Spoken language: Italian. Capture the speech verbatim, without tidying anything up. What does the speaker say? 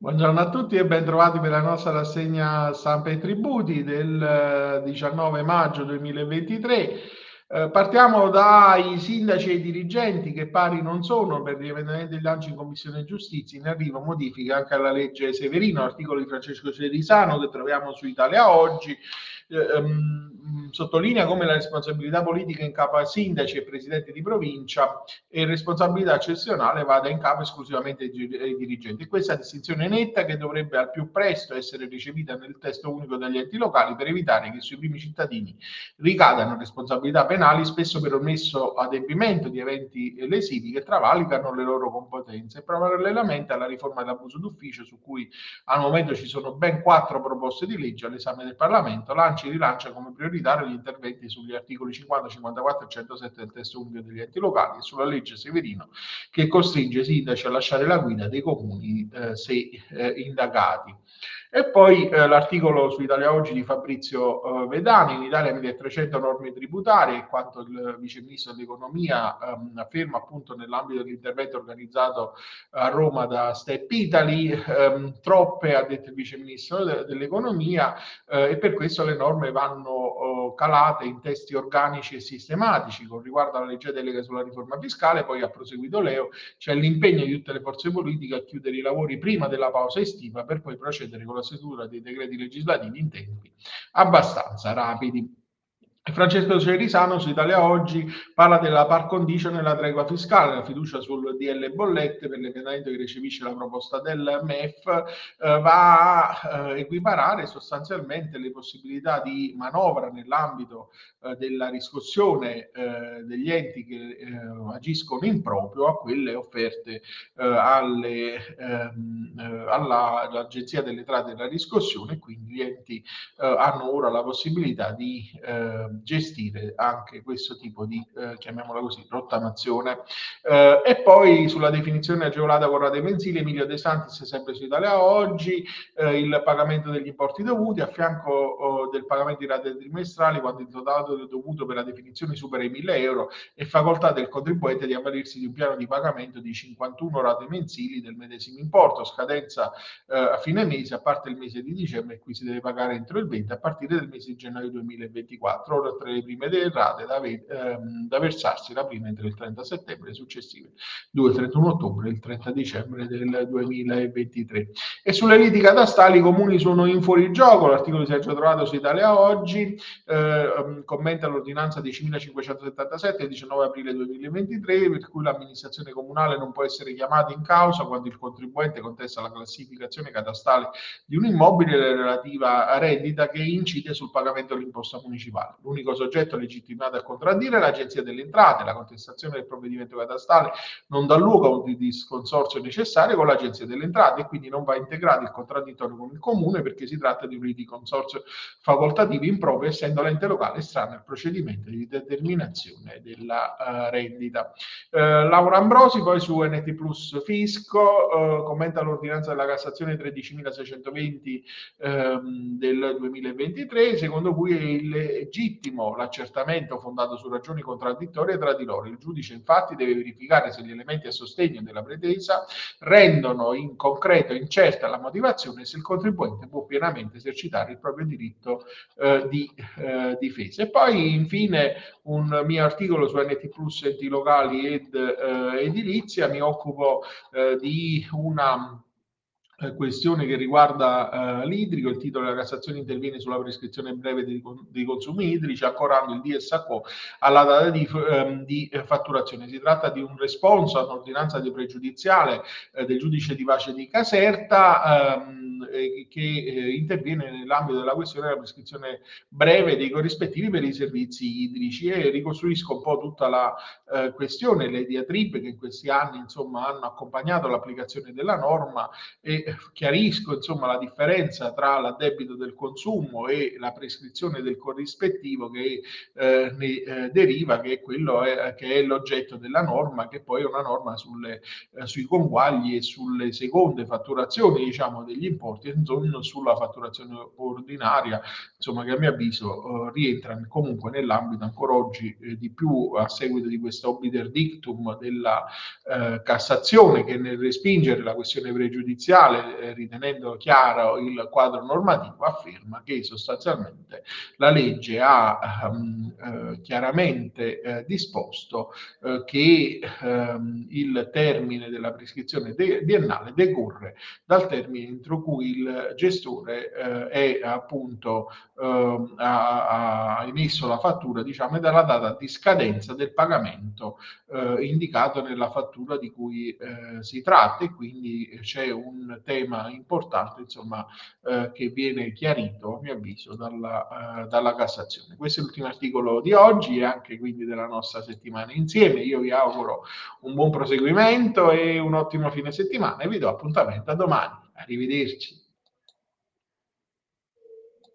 Buongiorno a tutti e bentrovati per la nostra rassegna stampa e tributi del eh, diciannove maggio duemilaventitré. Eh, partiamo dai sindaci e i dirigenti che pari non sono per gli emendamenti di lancio in Commissione Giustizia. In arrivo modifiche anche alla legge Severino, articolo di Francesco Cerisano che troviamo su Italia Oggi. Eh, ehm, sottolinea come la responsabilità politica in capo a sindaci e presidenti di provincia e responsabilità cessionale vada in capo esclusivamente ai dirigenti. Questa distinzione netta che dovrebbe al più presto essere recepita nel testo unico degli enti locali per evitare che sui primi cittadini ricadano responsabilità penali, spesso per omesso adempimento di eventi lesivi che travalicano le loro competenze. Parallelamente alla riforma dell'abuso d'ufficio, su cui al momento ci sono ben quattro proposte di legge all'esame del Parlamento, l'ANCI rilancia come prioritario gli interventi sugli articoli cinquanta, cinquantaquattro e centosette del testo unico degli enti locali e sulla legge Severino che costringe i sindaci a lasciare la guida dei comuni eh, se eh, indagati. E poi eh, l'articolo su Italia Oggi di Fabrizio eh, Vedani: in Italia milletrecento norme tributarie, quanto il vice ministro dell'economia ehm, afferma appunto nell'ambito dell'intervento organizzato a Roma da Step Italy, ehm, troppe, ha detto il vice ministro de- dell'economia, eh, e per questo le norme vanno oh, calate in testi organici e sistematici. Con riguardo alla legge delega sulla riforma fiscale, poi ha proseguito Leo, c'è l'impegno di tutte le forze politiche a chiudere i lavori prima della pausa estiva per poi procedere con la stesura dei decreti legislativi in tempi abbastanza rapidi. Francesco Cerisano su Italia Oggi parla della par condicio nella tregua fiscale, la fiducia sul D L bollette per l'emendamento che recepisce la proposta del M E F eh, va a eh, equiparare sostanzialmente le possibilità di manovra nell'ambito eh, della riscossione eh, degli enti che eh, agiscono in proprio a quelle offerte eh, alle, ehm, eh, alla, all'Agenzia delle Entrate e della Riscossione, quindi gli enti eh, hanno ora la possibilità di eh, gestire anche questo tipo di, eh, chiamiamola così, rottamazione. Eh, e poi sulla definizione agevolata con rate mensili, Emilio De Santis, sempre su Italia Oggi, eh, il pagamento degli importi dovuti a fianco oh, del pagamento di rate trimestrali quando il totale dovuto per la definizione supera i mille euro e facoltà del contribuente di avvalersi di un piano di pagamento di cinquantuno rate mensili del medesimo importo, scadenza eh, a fine mese, a parte il mese di dicembre, qui si deve pagare entro il venti, a partire del mese di gennaio duemilaventiquattro, ora tra le prime delle rate da, ehm, da versarsi la prima entro il trenta settembre, le successive due, trentuno ottobre e il trenta dicembre del duemilaventitré. E sulle liti catastali i comuni sono in fuorigioco, l'articolo di Sergio Trovato su Italia Oggi eh, commenta l'ordinanza diecimilacinquecentosettantasette del diciannove aprile duemilaventitré, per cui l'amministrazione comunale non può essere chiamata in causa quando il contribuente contesta la classificazione catastale di un immobile e la relativa rendita che incide sul pagamento dell'imposta municipale. L'unico soggetto legittimato a contraddire è l'Agenzia delle Entrate. La contestazione del provvedimento catastale non dà luogo a un disconsorzio necessario con l'Agenzia delle Entrate e quindi non va integrato il contraddittorio con il comune perché si tratta di un consorzio facoltativo improprio, essendo l'ente locale estraneo al procedimento di determinazione della uh, rendita. Uh, Laura Ambrosi poi su N T Plus Fisco uh, commenta l'ordinanza della Cassazione tredicimilaseicentoventi ehm, del duemilaventitré, secondo cui è illegittimo l'accertamento fondato su ragioni contraddittorie tra di loro. Il giudice infatti deve verificare se gli elementi a sostegno della pretesa rendono in concreto incerta la motivazione e se il contribuente può pienamente esercitare il proprio diritto eh, di eh, difesa. E poi infine un mio articolo su N T Plus enti locali ed eh, edilizia, mi occupo eh, di una questione che riguarda uh, l'idrico. Il titolo della Cassazione interviene sulla prescrizione breve dei, dei consumi idrici, accorrando il D S A C O alla data di, um, di eh, fatturazione. Si tratta di un responso a un'ordinanza di pregiudiziale eh, del giudice di pace di Caserta um, eh, che eh, interviene nell'ambito della questione della prescrizione breve dei corrispettivi per i servizi idrici, e ricostruisco un po' tutta la eh, questione, le diatribe che in questi anni insomma hanno accompagnato l'applicazione della norma, e chiarisco insomma la differenza tra l'addebito del consumo e la prescrizione del corrispettivo che eh, ne eh, deriva, che è quello è, che è l'oggetto della norma, che poi è una norma sulle, eh, sui conguagli e sulle seconde fatturazioni diciamo degli importi Tenzon sulla fatturazione ordinaria, insomma, che a mio avviso eh, rientra comunque nell'ambito ancora oggi eh, di più a seguito di questo obiter dictum della eh, Cassazione, che nel respingere la questione pregiudiziale, eh, ritenendo chiaro il quadro normativo, afferma che sostanzialmente la legge ha um, eh, chiaramente eh, disposto eh, che ehm, il termine della prescrizione de- biennale decorre dal termine entro cui il gestore eh, è appunto eh, ha, ha emesso la fattura, diciamo, e dalla data di scadenza del pagamento eh, indicato nella fattura di cui eh, si tratta, e quindi c'è un tema importante, insomma, eh, che viene chiarito, a mio avviso, dalla, eh, dalla Cassazione. Questo è l'ultimo articolo di oggi e anche quindi della nostra settimana insieme. Io vi auguro un buon proseguimento e un ottimo fine settimana e vi do appuntamento a domani. Arrivederci.